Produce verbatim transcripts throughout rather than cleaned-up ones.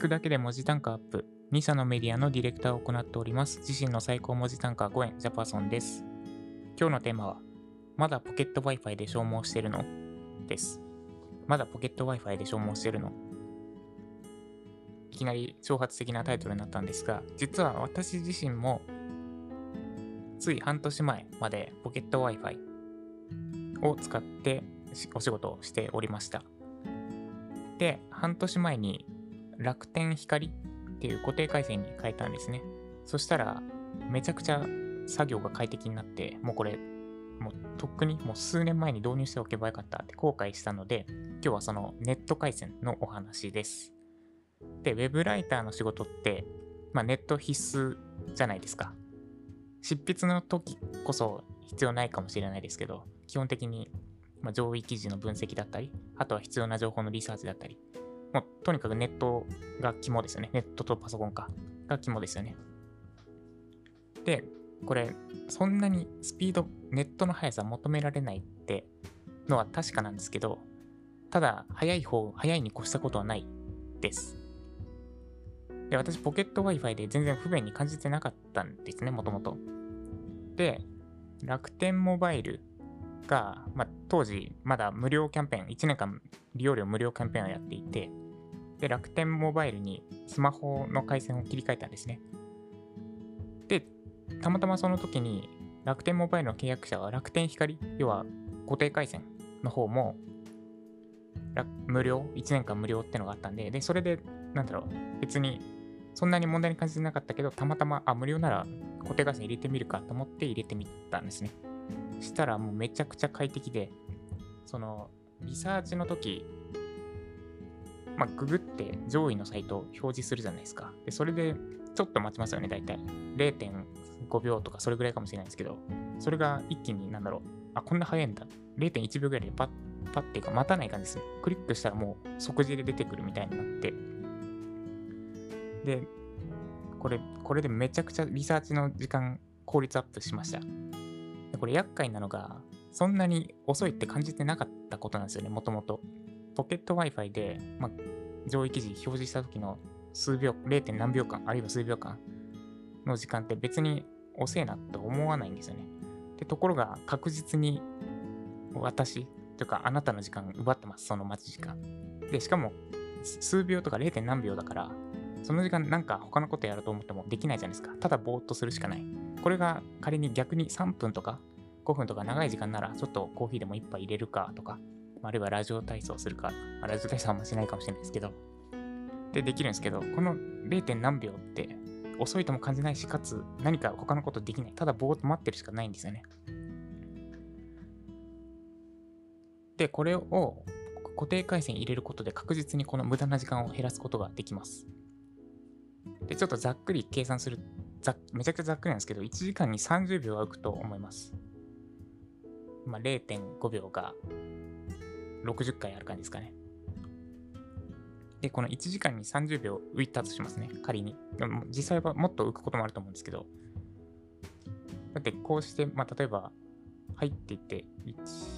くだけで文字単価アップ。に社のメディアのディレクターを行っております。自身の最高文字単価ごえん、ジャパソンです。今日のテーマは、まだポケット Wi-Fi で消耗してるのです。まだポケット Wi-Fi で消耗してるのいきなり挑発的なタイトルになったんですが、実は私自身も、つい半年前までポケット Wi-Fi を使ってお仕事をしておりました。で、半年前に楽天光っていう固定回線に変えたんですね。そしたら、めちゃくちゃ作業が快適になって、もうこれ、もうとっくにもう数年前に導入しておけばよかったって後悔したので、今日はそのネット回線のお話です。で、ウェブライターの仕事って、まあ、ネット必須じゃないですか。執筆の時こそ必要ないかもしれないですけど、基本的に、まあ、上位記事の分析だったり、あとは必要な情報のリサーチだったり、もうとにかくネットが肝ですよね。ネットとパソコンかが肝ですよね。で、これ、そんなにスピード、ネットの速さ求められないってのは確かなんですけど、ただ、速い方、速いに越したことはないです。で、私、ポケット Wi-Fi で全然不便に感じてなかったんですね、もともと。で、楽天モバイルが、まあ、当時、まだ無料キャンペーン、いちねんかん利用料無料キャンペーンをやっていて、で、楽天モバイルにスマホの回線を切り替えたんですね。で、たまたまその時に楽天モバイルの契約者は楽天光、要は固定回線の方も無料、いちねんかん無料ってのがあったんで、で、それで、なんだろう、別にそんなに問題に感じてなかったけど、たまたま、あ、無料なら固定回線入れてみるかと思って入れてみたんですね。したらもうめちゃくちゃ快適で、その、リサーチの時、まあ、ググって上位のサイトを表示するじゃないですか。で、それでちょっと待ちますよね、だいたい。れいてんごびょうとかそれぐらいかもしれないですけど、それが一気になんだろう、あ、こんな早いんだ。れいてんいちびょうぐらいでパッ、パッっていうか待たない感じですね。クリックしたらもう即時で出てくるみたいになって。で、これ、これでめちゃくちゃリサーチの時間効率アップしました。でこれ厄介なのが、そんなに遅いって感じてなかったことなんですよね、もともと。ポケット Wi-Fi で、まあ、上位記事表示した時の数秒、れい. 点何秒間、あるいは数秒間の時間って別に遅いなと思わないんですよね。で、ところが確実に私というかあなたの時間奪ってます、その待ち時間。で、しかも数秒とか れい. 点何秒だから、その時間なんか他のことやろうと思ってもできないじゃないですか。ただぼーっとするしかない。これが仮に逆にさんぷんとかごふんとか長い時間ならちょっとコーヒーでも一杯入れるかとか、あるいはラジオ体操するか、ラジオ体操はあんましないかもしれないですけど、でできるんですけど、この れい. 点何秒って遅いとも感じないし、かつ何か他のことできない。ただぼーっと待ってるしかないんですよね。で、これを固定回線入れることで確実にこの無駄な時間を減らすことができます。で、ちょっとざっくり計算する、ざめちゃくちゃざっくりなんですけど、いちじかんにさんじゅうびょうは浮くと思います。まあ、れいてんごびょうがろくじゅっかいある感じですかね。で、このいちじかんにさんじゅうびょう浮いたとしますね、仮に。でも実際はもっと浮くこともあると思うんですけど、だってこうして、まあ、例えば入っていって、いち、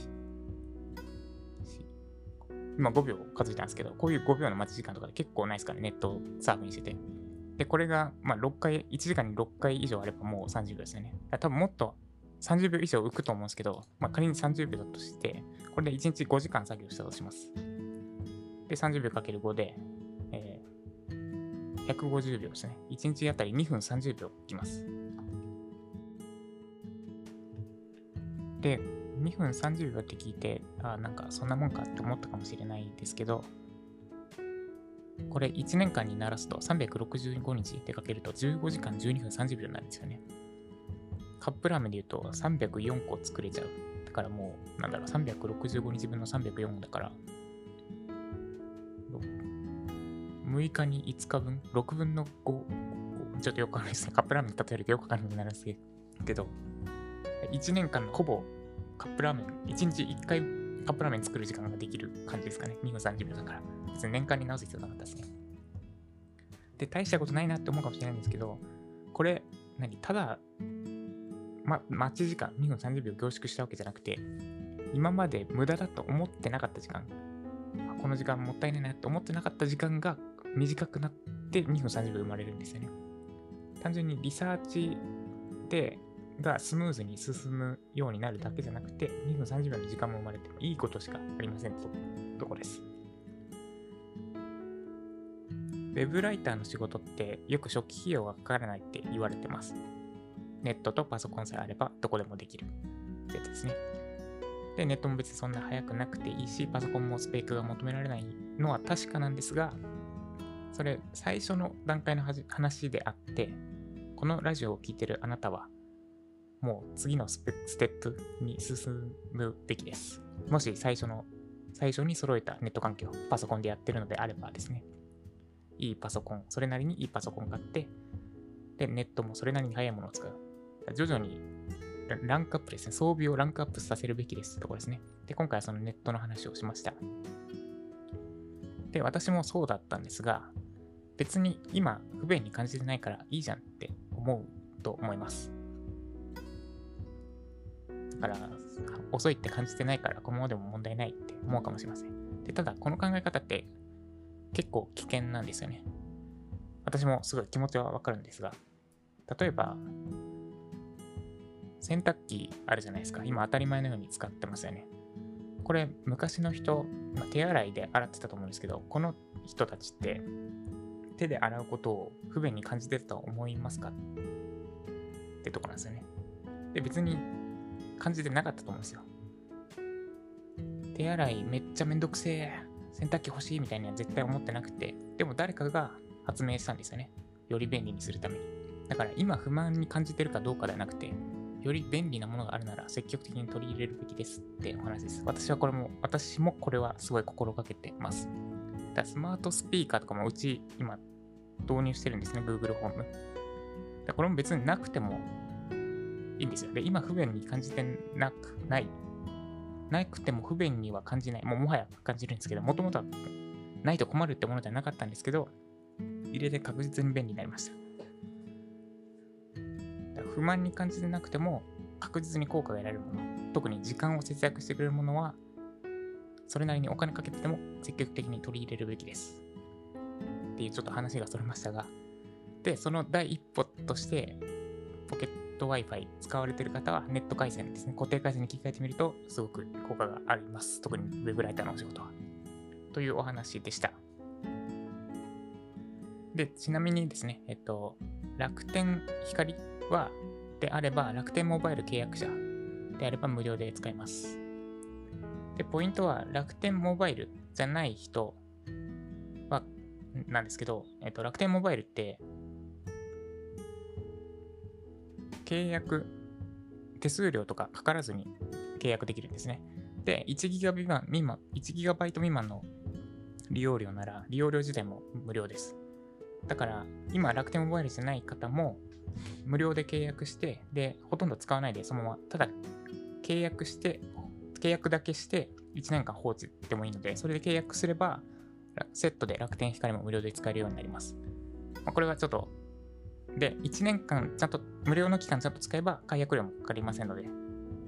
今ごびょう数えたんですけど、こういうごびょうの待ち時間とかで結構ないですからね、ネットサーフィンしてて。で、これが、まあ、ろっかい、いちじかんにろっかい以上あればもうさんじゅうびょうですよね。多分もっとさんじゅうびょう以上浮くと思うんですけど、まあ、仮にさんじゅうびょうだとして、これでいちにちごじかん作業したとします。で、さんじゅうびょうかけるごで、えー、ひゃくごじゅうびょうですね。いちにちあたりにふんさんじゅうびょういきます。で、にふんさんじゅうびょうって聞いて、あ、なんかそんなもんかって思ったかもしれないですけど、これいちねんかんにならすとさんびゃくろくじゅうごにちでかけるとじゅうごじかんじゅうにふんさんじゅうびょうになるんですよね。カップラーメンで言うとさんびゃくよんこ作れちゃう。だからもう、なんだろう、さんびゃくろくじゅうごにちぶんのさんびゃくよんだから、むいかにいつかぶん、ろくぶんのご、ちょっとよくわかんないですね。カップラーメンに例えるとよくわかんなくなるんですけど、いちねんかんのほぼカップラーメン、いちにちいっかいカップラーメン作る時間ができる感じですかね。にふんさんじゅうびょうだから。別に年間に直す必要なかったですね。で、大したことないなって思うかもしれないんですけど、これ、何ただ、ま、待ち時間、にふんさんじゅうびょう凝縮したわけじゃなくて、今まで無駄だと思ってなかった時間、この時間もったいないなって思ってなかった時間が短くなってにふんさんじゅっぷん生まれるんですよね。単純にリサーチでがスムーズに進むようになるだけじゃなくて、にふんさんじゅっぷんの時間も生まれてもいいことしかありませんととこです。ウェブライターの仕事ってよく初期費用がかからないって言われてます。ネットとパソコンさえあればどこでもできるってやつですね。で、ネットも別にそんな速くなくていいし、パソコンもスペックが求められないのは確かなんですが、それ最初の段階の話であって、このラジオを聞いてるあなたは、もう次のステップに進むべきです。もし最初の、最初に揃えたネット環境、パソコンでやってるのであればですね、いいパソコン、それなりにいいパソコン買って、で、ネットもそれなりに速いものを使う。徐々にランクアップですね。装備をランクアップさせるべきですってところですね。で、今回はそのネットの話をしました。で、私もそうだったんですが、別に今不便に感じてないからいいじゃんって思うと思います。だから、遅いって感じてないからこのままでも問題ないって思うかもしれません。で、ただこの考え方って結構危険なんですよね。私もすごい気持ちはわかるんですが、例えば、洗濯機あるじゃないですか。今当たり前のように使ってますよね。これ昔の人、まあ、手洗いで洗ってたと思うんですけど、この人たちって手で洗うことを不便に感じてたと思いますかってとこなんですよね。で、別に感じてなかったと思うんですよ。手洗いめっちゃめんどくせえ、洗濯機欲しいみたいには絶対思ってなくて、でも誰かが発明したんですよね。より便利にするために。だから今不満に感じてるかどうかではなくて、より便利なものがあるなら積極的に取り入れるべきですってお話です。私はこれも、私もこれはすごい心がけてます。だスマートスピーカーとかもうち今導入してるんですね、Google ホーム。だこれも別になくてもいいんですよ。で、今不便に感じてなくない。なくても不便には感じない。もうもはや感じるんですけど、もともとはないと困るってものではなかったんですけど、入れて確実に便利になりました。不満に感じてなくても確実に効果が得られるもの、特に時間を節約してくれるものは、それなりにお金かけてても積極的に取り入れるべきです。っていうちょっと話がそれましたが、で、その第一歩として、ポケット Wi-Fi 使われている方はネット回線ですね、固定回線に切り替えてみるとすごく効果があります。特にウェブライターのお仕事は。というお話でした。で、ちなみにですね、えっと、楽天光は、であれば、楽天モバイル契約者であれば無料で使えます。で、ポイントは楽天モバイルじゃない人は、なんですけど、えっと、楽天モバイルって、契約、手数料とかかからずに契約できるんですね。で、いちギガバイト未満、いちギガバイト未満の利用料なら、利用料自体も無料です。だから、今、楽天モバイルじゃない方も、無料で契約して、で、ほとんど使わないで、そのまま、ただ、契約して、契約だけして、いちねんかん放置でもいいので、それで契約すれば、セットで楽天光も無料で使えるようになります。まあ、これはちょっと、で、いちねんかんちゃんと、無料の期間ちゃんと使えば、解約料もかかりませんので、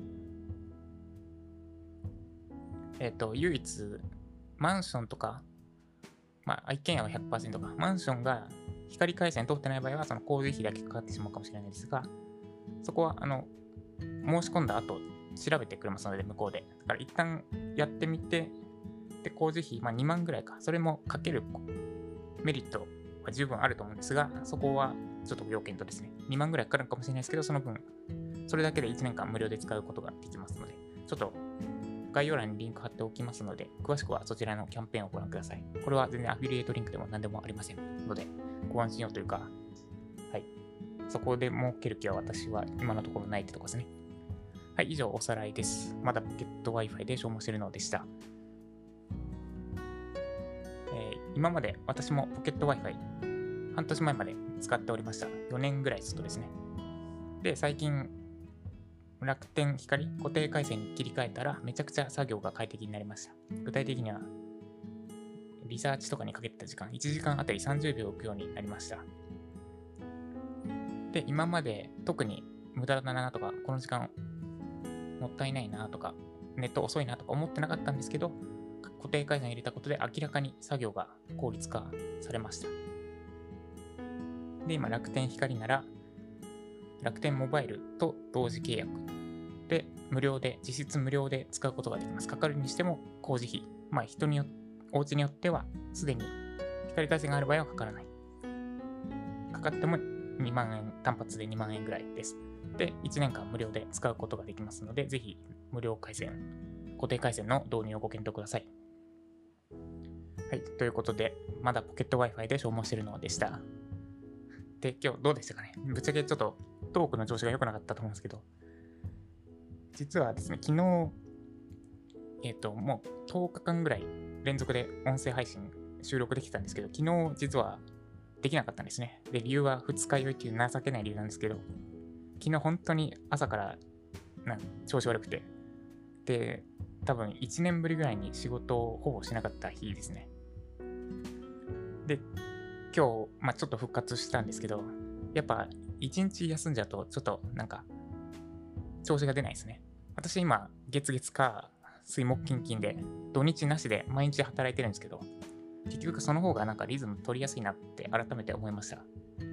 えっと、唯一、マンションとか、まあ、一軒家は ひゃくパーセント か、マンションが光回線通ってない場合は、その工事費だけかかってしまうかもしれないですが、そこは、あの、申し込んだ後、調べてくれますので、向こうで。だから一旦やってみて、で、工事費、まあにまんぐらいか、それもかけるメリットは十分あると思うんですが、そこはちょっと要件とですね、にまんぐらいかかるかもしれないですけど、その分、それだけでいちねんかん無料で使うことができますので、ちょっと概要欄にリンク貼っておきますので、詳しくはそちらのキャンペーンをご覧ください。これは全然アフィリエイトリンクでも何でもありませんので、ご安心をというか、はい。そこで儲ける気は私は今のところないってとこですね。はい、以上おさらいです。まだポケット Wi-Fi で消耗しているのでした。えー、今まで私もポケット Wi-Fi、半年前まで使っておりました。よねんぐらいずっとですね。で、最近、楽天光固定回線に切り替えたらめちゃくちゃ作業が快適になりました。具体的にはリサーチとかにかけてた時間いちじかんあたりさんじゅうびょう浮くようになりました。で、今まで特に無駄だなとか、この時間もったいないなとか、ネット遅いなとか思ってなかったんですけど、 固定回線を入れたことで明らかに作業が効率化されました。で、今、楽天光なら、楽天モバイルと同時契約で、無料で、実質無料で使うことができます。かかるにしても工事費。まあ、人によって、お家によっては、すでに光回線がある場合はかからない。かかってもにまんえん、単発でにまんえんぐらいです。で、いちねんかん無料で使うことができますので、ぜひ無料回線、固定回線の導入をご検討ください。はい、ということで、まだポケット Wi-Fi で消耗しているのでした。で、今日どうでしたかね。ぶっちゃけちょっとトークの調子が良くなかったと思うんですけど、実はですね、昨日、えっと、もうとおかかんぐらい連続で音声配信収録できたんですけど、昨日実はできなかったんですね。で、理由は二日酔いっていう情けない理由なんですけど、昨日本当に朝からな調子悪くて、で、多分いちねんぶりぐらいに仕事をほぼしなかった日ですね。で、今日、まあ、ちょっと復活したんですけど、やっぱいちにち休んじゃうとちょっとなんか調子が出ないですね。私今月月火水木金金で土日なしで毎日働いてるんですけど、結局その方がなんかリズム取りやすいなって改めて思いました。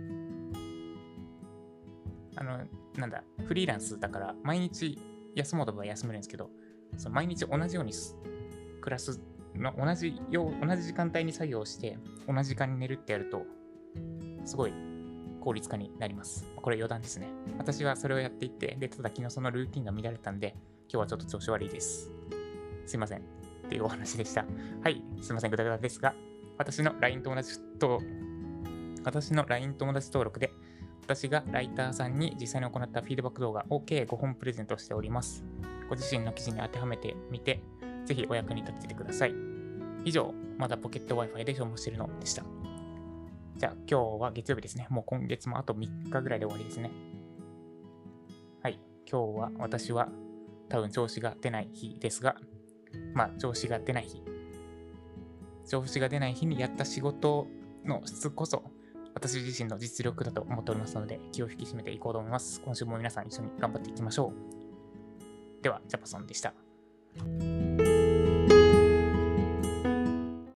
あの、なんだ、フリーランスだから毎日休もうとは休めるんですけど、その毎日同じように暮らすの、同じよう、同じ時間帯に作業して同じ時間に寝るってやると、すごい効率化になります。これ余談ですね。私はそれをやっていて、で、ただ昨日そのルーティンが乱れたんで、今日はちょっと調子悪いです。すいません。っていうお話でした。はい、すいません、ぐだぐだですが、私の ライン 友達と、私の ライン 友達登録で、私がライターさんに実際に行ったフィードバック動画を計ごほんプレゼントしております。ご自身の記事に当てはめてみて、ぜひお役に立ててください。以上、まだポケット Wi-Fi で消耗しているのでした。じゃあ今日は月曜日ですね。もう今月もあとみっかぐらいで終わりですね。はい、今日は私は多分調子が出ない日ですが、まあ調子が出ない日。調子が出ない日にやった仕事の質こそ、私自身の実力だと思っておりますので、気を引き締めていこうと思います。今週も皆さん一緒に頑張っていきましょう。では、ジャパソンでした。